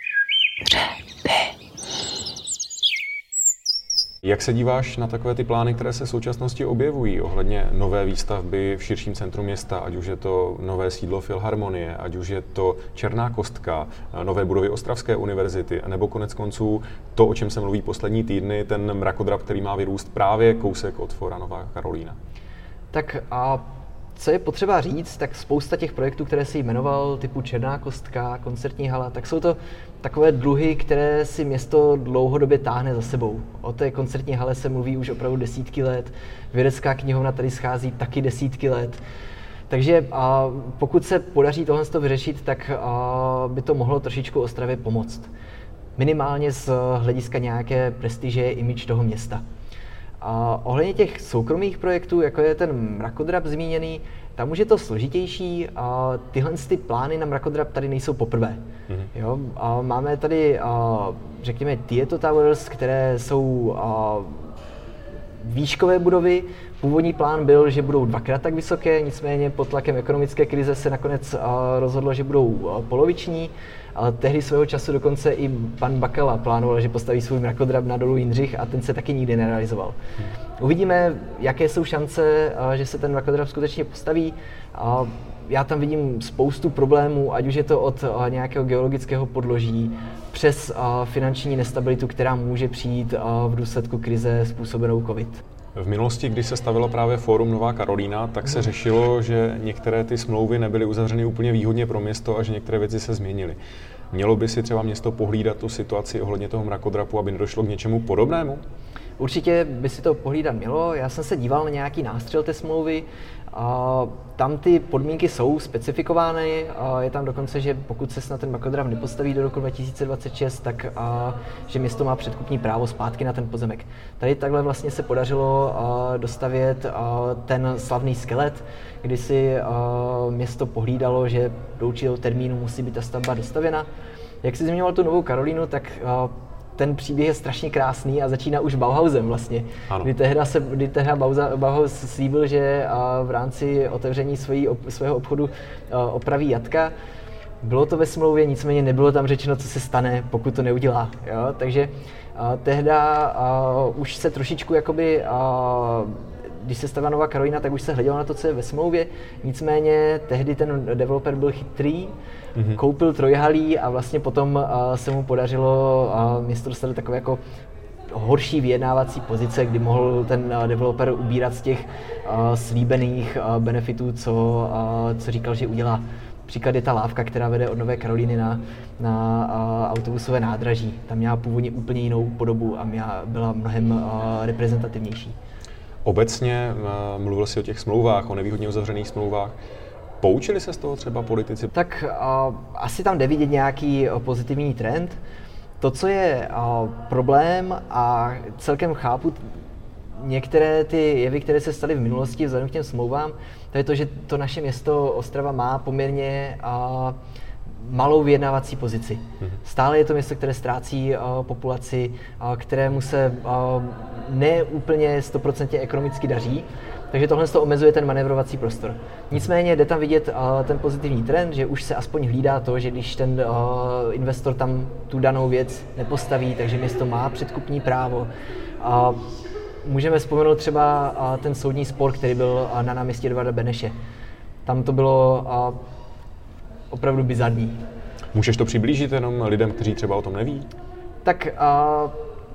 Jak se díváš na takové ty plány, které se v současnosti objevují ohledně nové výstavby v širším centru města, ať už je to nové sídlo Filharmonie, ať už je to Černá kostka, nové budovy Ostravské univerzity, nebo konec konců to, o čem se mluví poslední týdny, ten mrakodrap, který má vyrůst právě kousek od Fóra Nová Karolína? Tak a co je potřeba říct, tak spousta těch projektů, které si jmenoval, typu Černá kostka, koncertní hala, tak jsou to takové dluhy, které si město dlouhodobě táhne za sebou. O té koncertní hale se mluví už opravdu desítky let, vědecká knihovna tady schází taky desítky let. Takže a, pokud se podaří tohle vyřešit, tak a, by to mohlo trošičku Ostravě pomoct. Minimálně z hlediska nějaké prestiže, image toho města. A ohledně těch soukromých projektů, jako je ten mrakodrap zmíněný, tam už je to složitější a tyhle ty plány na mrakodrap tady nejsou poprvé. Mm-hmm. Jo? A máme tady, a, řekněme, Tieto Towers, které jsou a, výškové budovy. Původní plán byl, že budou dvakrát tak vysoké, nicméně pod tlakem ekonomické krize se nakonec a, rozhodlo, že budou a, poloviční. Ale tehdy svého času dokonce i pan Bakala plánoval, že postaví svůj mrakodrap na dolu Jindřich a ten se taky nikdy nerealizoval. Hmm. Uvidíme, jaké jsou šance, že se ten mrakodrap skutečně postaví. Já tam vidím spoustu problémů, ať už je to od nějakého geologického podloží přes finanční nestabilitu, která může přijít v důsledku krize způsobenou covid. V minulosti, když se stavilo právě Fórum Nová Karolína, tak se řešilo, že některé ty smlouvy nebyly uzavřeny úplně výhodně pro město a že některé věci se změnily. Mělo by si třeba město pohlídat tu situaci ohledně toho mrakodrapu, aby nedošlo k něčemu podobnému? Určitě by si to pohlídat mělo. Já jsem se díval na nějaký nástřel té smlouvy. A tam ty podmínky jsou specifikovány. A je tam dokonce, že pokud se snad ten mrakodrap nepostaví do roku dva tisíce dvacet šest, tak a, že město má předkupní právo zpátky na ten pozemek. Tady takhle vlastně se podařilo a, dostavět a, ten slavný skelet, kdy si a, město pohlídalo, že do určitého termínu musí být ta stavba dostavěna. Jak jsi zmiňoval tu Novou Karolínu, tak a, ten příběh je strašně krásný a začíná už Bauhausem vlastně. Ano. Kdy tehda, se, kdy tehda Bauhaus slíbil, že v rámci otevření svojí, svého obchodu opraví jatka. Bylo to ve smlouvě, nicméně nebylo tam řečeno, co se stane, pokud to neudělá. Jo? Takže tehda už se trošičku jakoby, když se stavila Nová Karolína, tak už se hledělo na to, co je ve smlouvě. Nicméně tehdy ten developer byl chytrý, mm-hmm. koupil trojhalí a vlastně potom uh, se mu podařilo uh, město dostat takové jako horší vyjednávací pozice, kdy mohl ten uh, developer ubírat z těch uh, slíbených uh, benefitů, co, uh, co říkal, že udělá. Příklad je ta lávka, která vede od Nové Karolíny na, na uh, autobusové nádraží. Tam měla původně úplně jinou podobu a měla, byla mnohem uh, reprezentativnější. Obecně uh, mluvil jsi o těch smlouvách, o nevýhodně uzavřených smlouvách. Poučili se z toho třeba politici? Tak uh, asi tam jde vidět nějaký uh, pozitivní trend. To, co je uh, problém a celkem chápu některé ty jevy, které se staly v minulosti vzhledem k těm smlouvám, to je to, že to naše město Ostrava má poměrně uh, malou vyjednávací pozici. Mm-hmm. Stále je to město, které ztrácí uh, populaci, uh, kterému se uh, ne úplně stoprocentně ekonomicky daří. takže tohle to omezuje ten manévrovací prostor. Nicméně jde tam vidět uh, ten pozitivní trend, že už se aspoň hlídá to, že když ten uh, investor tam tu danou věc nepostaví, takže město má předkupní právo. Uh, můžeme vzpomenout třeba uh, ten soudní spor, který byl uh, na náměstí Edvarda Beneše. Tam to bylo uh, opravdu bizarní. Můžeš to přiblížit jenom lidem, kteří třeba o tom neví? Tak uh,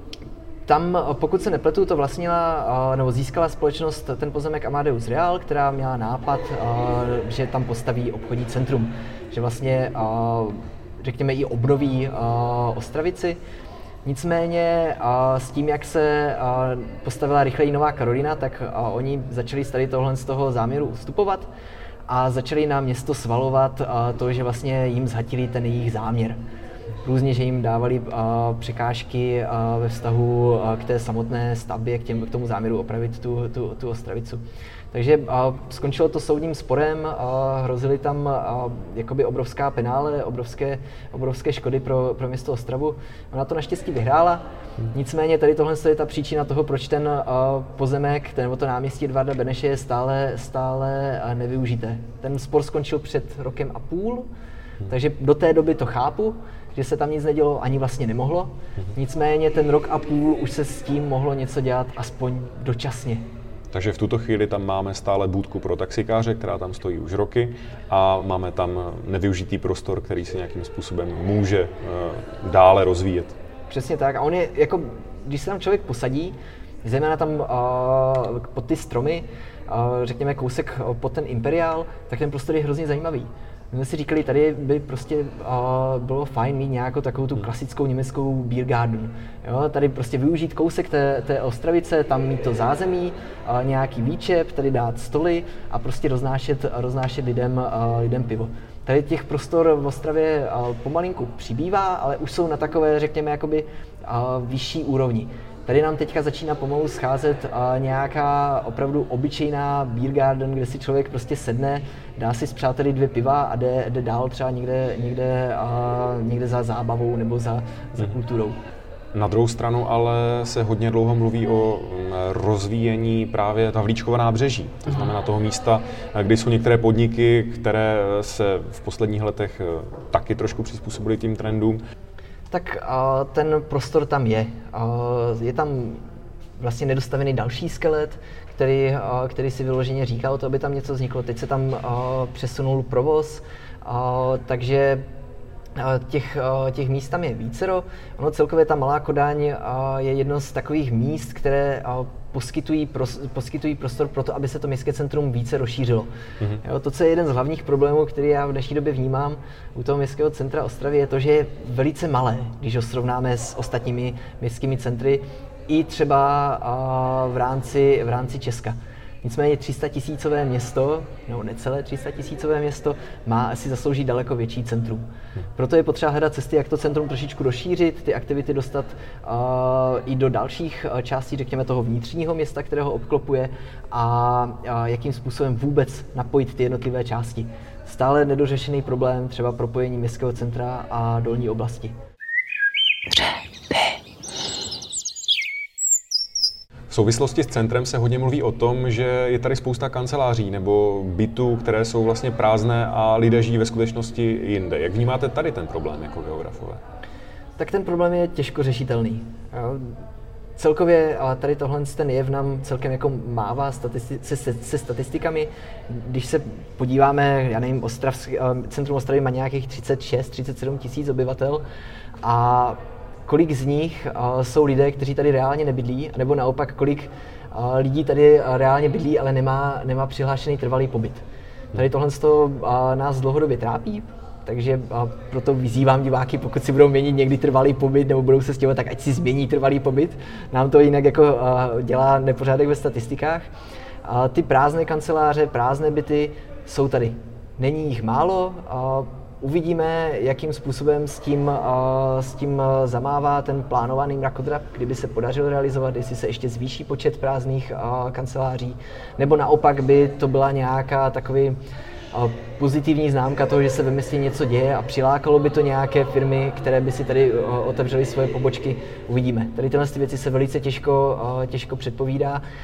tam, pokud se nepletu, to vlastnila, uh, nebo získala společnost ten pozemek Amadeus Real, která měla nápad, uh, že tam postaví obchodní centrum. Že vlastně, uh, řekněme, i obnoví uh, Ostravici. Nicméně uh, s tím, jak se uh, postavila rychleji Nová Karolina, tak uh, oni začali tady tohle z toho záměru ustupovat a začali na město svalovat uh, to, že vlastně jim zhatili ten jejich záměr. Různě, že jim dávali uh, překážky uh, ve vztahu uh, k té samotné stavbě, k, těm, k tomu záměru opravit tu, tu, tu Ostravicu. Takže uh, skončilo to soudním sporem, uh, hrozily tam uh, jakoby obrovská penále, obrovské, obrovské škody pro, pro město Ostravu. Ona to naštěstí vyhrála, nicméně tady tohle je ta příčina toho, proč ten uh, pozemek, ten, nebo to náměstí Edvarda Beneše je stále, stále uh, nevyužité. Ten spor skončil před rokem a půl, takže do té doby to chápu, že se tam nic nedělo, ani vlastně nemohlo. Nicméně ten rok a půl už se s tím mohlo něco dělat aspoň dočasně. Takže v tuto chvíli tam máme stále búdku pro taxikáře, která tam stojí už roky a máme tam nevyužitý prostor, který se nějakým způsobem může uh, dále rozvíjet. Přesně tak. A on je, jako, když se tam člověk posadí, zejména tam uh, pod ty stromy, uh, řekněme kousek pod ten Imperiál, tak ten prostor je hrozně zajímavý. My jsme si říkali, tady by prostě uh, bylo fajn mít nějakou takovou tu klasickou německou beer garden. Jo? Tady prostě využít kousek té, té Ostravice, tam mít to zázemí, uh, nějaký výčep, tady dát stoly a prostě roznášet, roznášet lidem, uh, lidem pivo. Tady těch prostor v Ostravě uh, pomalinku přibývá, ale už jsou na takové, řekněme, jakoby uh, vyšší úrovni. Tady nám teďka začíná pomalu scházet uh, nějaká opravdu obyčejná beer garden, kde si člověk prostě sedne, dá si s přáteli dvě piva a jde, jde dál třeba někde, někde, uh, někde za zábavou nebo za, za kulturou. Na druhou stranu ale se hodně dlouho mluví o rozvíjení právě Havlíčkova nábřeží. To znamená toho místa, kde jsou některé podniky, které se v posledních letech taky trošku přizpůsobily tím trendům. Tak uh, ten prostor tam je. Uh, je tam vlastně nedostavený další skelet, který, uh, který si vyloženě říká o to, aby tam něco vzniklo. Teď se tam uh, přesunul provoz, uh, takže uh, těch, uh, těch míst tam je vícero. Ono celkově ta Malá Kodaň uh, je jedno z takových míst, které uh, poskytují, pros, poskytují prostor pro to, aby se to městské centrum více rozšířilo. Mm-hmm. Jo, to, co je jeden z hlavních problémů, který já v dnešní době vnímám u toho městského centra Ostravy, je to, že je velice malé, když ho srovnáme s ostatními městskými centry, i třeba uh, v rámci, v rámci Česka. Nicméně tři sta tisícové město, nebo necelé tři sta tisícové město, má si zaslouží daleko větší centrum. Proto je potřeba hledat cesty, jak to centrum trošičku rozšířit, ty aktivity dostat uh, i do dalších uh, částí, řekněme, toho vnitřního města, kterého obklopuje, a uh, jakým způsobem vůbec napojit ty jednotlivé části. Stále nedořešený problém třeba propojení městského centra a dolní oblasti. V souvislosti s centrem se hodně mluví o tom, že je tady spousta kanceláří nebo bytů, které jsou vlastně prázdné a lidé žijí ve skutečnosti jinde. Jak vnímáte tady ten problém jako geografové? Tak ten problém je těžko řešitelný. Celkově tady tohle ten jev nám celkem jako mává statisti- se, se, se statistikami. Když se podíváme, já nevím, Ostravský, centrum Ostravy má nějakých třicet šest třicet sedm tisíc obyvatel a kolik z nich uh, jsou lidé, kteří tady reálně nebydlí, nebo naopak kolik uh, lidí tady uh, reálně bydlí, ale nemá, nemá přihlášený trvalý pobyt. Tady tohle uh, nás dlouhodobě trápí, takže uh, proto vyzývám diváky, pokud si budou měnit někdy trvalý pobyt nebo budou se stěhovat, tak ať si změní trvalý pobyt. Nám to jinak jako uh, dělá nepořádek ve statistikách. Uh, ty prázdné kanceláře, prázdné byty jsou tady. Není jich málo. Uh, Uvidíme, jakým způsobem s tím, s tím zamává ten plánovaný mrakodrap, kdyby se podařil realizovat, jestli se ještě zvýší počet prázdných kanceláří, nebo naopak by to byla nějaká takový pozitivní známka toho, že se ve městě něco děje a přilákalo by to nějaké firmy, které by si tady otevřely svoje pobočky. Uvidíme. Tady tyhle věci se velice těžko, těžko předpovídá.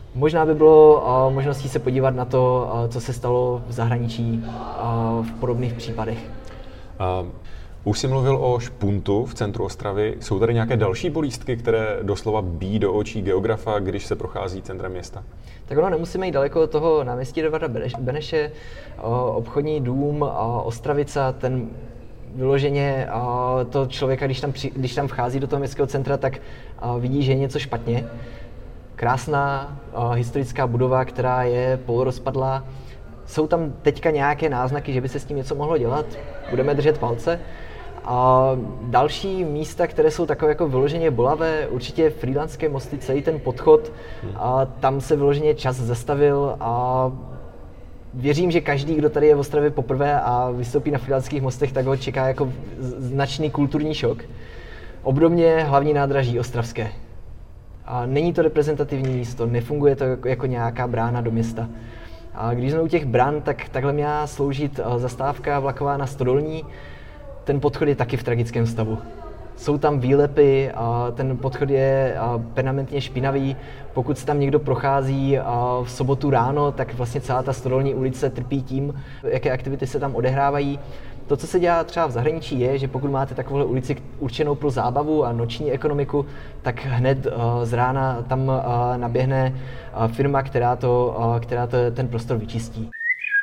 Možná by bylo uh, možností se podívat na to, uh, co se stalo v zahraničí uh, v podobných případech. Uh, už jsi mluvil o špuntu v centru Ostravy. Jsou tady nějaké další bolístky, které doslova bijí do očí geografa, když se prochází centrem města? Tak ono, nemusíme jít daleko od toho náměstí Edvarda Beneše, uh, obchodní dům uh, Ostravica, ten vyloženě uh, to člověka, když tam, při, když tam vchází do toho městského centra, tak uh, vidí, že je něco špatně. Krásná uh, historická budova, která je polorozpadlá. Jsou tam teďka nějaké náznaky, že by se s tím něco mohlo dělat. Budeme držet palce. A další místa, které jsou takové jako vyloženě bolavé, určitě Frýdlantské mosty, celý ten podchod. A tam se vyloženě čas zastavil a věřím, že každý, kdo tady je v Ostravě poprvé a vystoupí na Frýdlantských mostech, tak ho čeká jako značný kulturní šok. Obdobně hlavní nádraží ostravské. A není to reprezentativní místo, nefunguje to jako nějaká brána do města. A když jsme u těch brán, tak takhle měla sloužit zastávka vlaková na Stodolní. Ten podchod je taky v tragickém stavu. Jsou tam výlepy, a ten podchod je permanentně špinavý. Pokud se tam někdo prochází v sobotu ráno, tak vlastně celá ta Stodolní ulice trpí tím, jaké aktivity se tam odehrávají. To, co se dělá třeba v zahraničí, je, že pokud máte takovou ulici určenou pro zábavu a noční ekonomiku, tak hned uh, z rána tam uh, naběhne uh, firma, která, to, uh, která to, ten prostor vyčistí.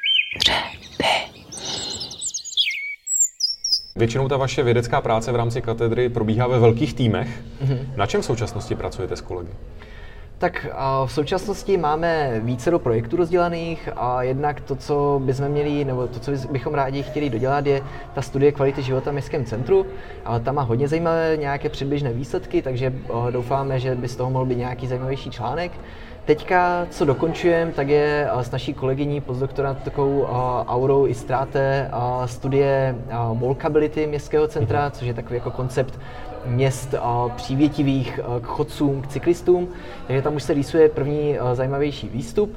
Většinou ta vaše vědecká práce v rámci katedry probíhá ve velkých týmech. Mm-hmm. Na čem v současnosti pracujete s kolegy? Tak v současnosti máme vícero projektů rozdělaných a jednak to, co bychom měli, nebo to, co bychom rádi chtěli dodělat, je ta studie kvality života v městském centru. A ta má hodně zajímavé nějaké předběžné výsledky, takže doufáme, že by z toho mohl být nějaký zajímavější článek. Teďka, co dokončujeme, tak je s naší kolegyní postdoktorátkou Aurou Istráte studie walkability městského centra, což je takový jako koncept měst přívětivých k chodcům, k cyklistům. Takže tam už se rýsuje první zajímavější výstup.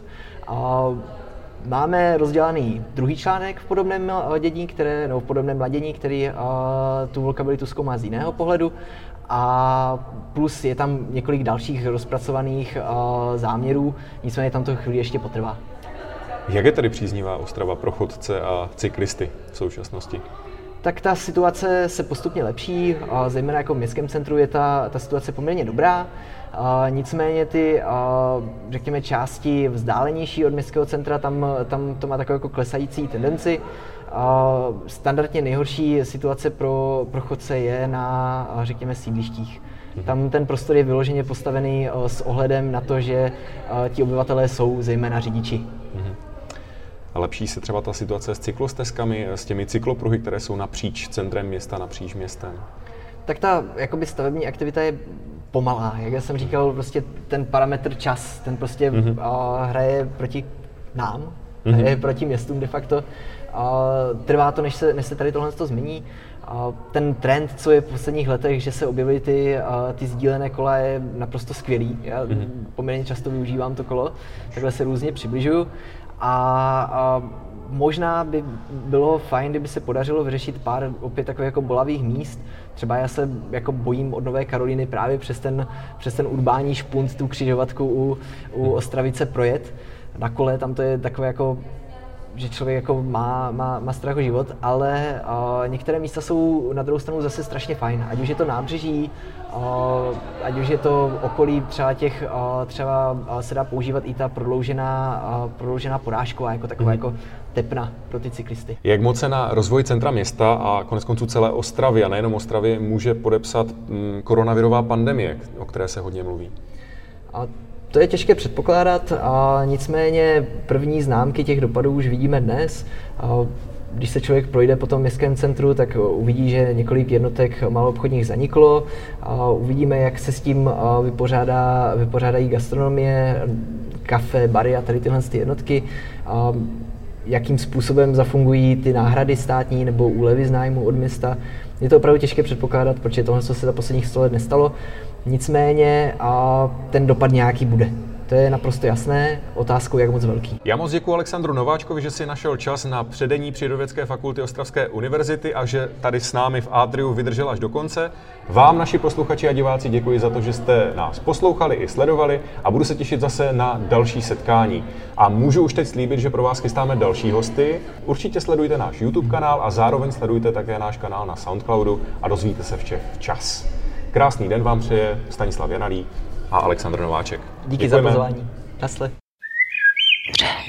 Máme rozdělaný druhý článek v podobném dění, které, nebo v podobném ladění, který tu walkabilitu zkoumá z jiného pohledu. A plus je tam několik dalších rozpracovaných uh, záměrů, nicméně tam to chvíli ještě potrvá. Jak je tedy příznivá Ostrava pro chodce a cyklisty v současnosti? Tak ta situace se postupně lepší, uh, zejména jako v městském centru je ta, ta situace poměrně dobrá. Uh, nicméně ty, uh, řekněme, části vzdálenější od městského centra, tam, tam to má takovou jako klesající tendenci. Uh, standardně nejhorší situace pro, pro chodce je na, uh, řekněme, sídlištích. Mm-hmm. Tam ten prostor je vyloženě postavený uh, s ohledem na to, že uh, ti obyvatelé jsou zejména řidiči. Mm-hmm. A lepší se třeba ta situace s cyklostezkami, s těmi cyklopruhy, které jsou napříč centrem města, napříč městem? Tak ta jakoby stavební aktivita je pomalá. Jak já jsem říkal, prostě ten parametr čas, ten prostě mm-hmm. uh, hraje proti nám, mm-hmm. hraje proti městům de facto. Uh, trvá to, než se, než se tady tohle změní. Uh, ten trend, co je v posledních letech, že se objevily ty, uh, ty sdílené kola, je naprosto skvělý. Já mm-hmm. poměrně často využívám to kolo, takhle se různě přibližuju. A uh, možná by bylo fajn, kdyby se podařilo vyřešit pár opět takových jako bolavých míst. Třeba já se jako bojím od Nové Karoliny právě přes ten, přes ten urbání špunt, tu křižovatku u, u Ostravice projet. Na kole tam to je takové jako, že člověk jako má, má, má strach o život, ale uh, některé místa jsou na druhou stranu zase strašně fajn. Ať už je to nábřeží, uh, ať už je to okolí třeba těch, uh, třeba uh, se dá používat i ta prodloužená, uh, prodloužená porážková, jako taková mm. jako tepna pro ty cyklisty. Jak moc se na rozvoj centra města a koneckonců celé Ostravy a nejenom Ostravy může podepsat mm, koronavirová pandemie, o které se hodně mluví? A to je těžké předpokládat, a nicméně první známky těch dopadů už vidíme dnes. A když se člověk projde po tom městském centru, tak uvidí, že několik jednotek maloobchodních zaniklo. A uvidíme, jak se s tím vypořádá, vypořádají gastronomie, kafe, bary a tady tyhle jednotky. A jakým způsobem zafungují ty náhrady státní nebo úlevy z nájmu od města. Je to opravdu těžké předpokládat, protože tohle se za posledních sto let nestalo. Nicméně a ten dopad nějaký bude. To je naprosto jasné, otázkou jak moc velký. Já moc děkuji Alexandru Nováčkovi, že si našel čas na předení Přírodovědecké fakulty Ostravské univerzity a že tady s námi v Atriu vydržel až do konce. Vám, naši posluchači a diváci, děkuji za to, že jste nás poslouchali i sledovali a budu se těšit zase na další setkání. A můžu už teď slíbit, že pro vás chystáme další hosty. Určitě sledujte náš YouTube kanál a zároveň sledujte také náš kanál na Soundcloudu a dozvíte se vše včas. Krásný den vám přeje Stanislav Janalý a Alexandr Nováček. Díky Děkujeme. za pozvání. Nasle.